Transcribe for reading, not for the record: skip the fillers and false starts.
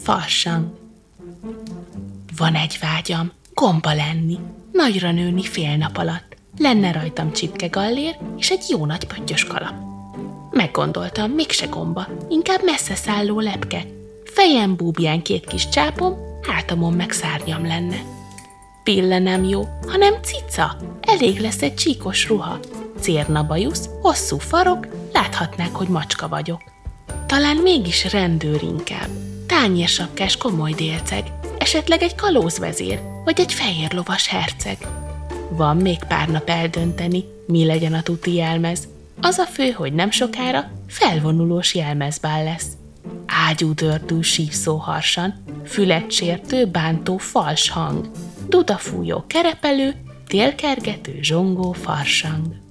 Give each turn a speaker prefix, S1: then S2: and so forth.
S1: farsang. Van egy vágyam, gomba lenni, nagyra nőni fél nap alatt. Lenne rajtam csipkegallér és egy jó nagy pöttyös kalap. Meggondoltam, mégse gomba, inkább messze szálló lepke. Fejem búbján 2 kis csápom, hátamon meg szárnyam lenne. Pilla nem jó, hanem cica, elég lesz egy csíkos ruha. Cérna bajusz, hosszú farok, láthatnák, hogy macska vagyok. Talán mégis rendőr inkább, tányérsapkás komoly délceg, esetleg egy kalózvezér, vagy egy fehér lovas herceg. Van még pár nap eldönteni, mi legyen a tuti jelmez. Az a fő, hogy nem sokára felvonulós jelmezbál lesz. Ágyúdördül sívszó harsan, fület sértő, bántó fals hang, dudafújó kerepelő, télkergető zsongó farsang.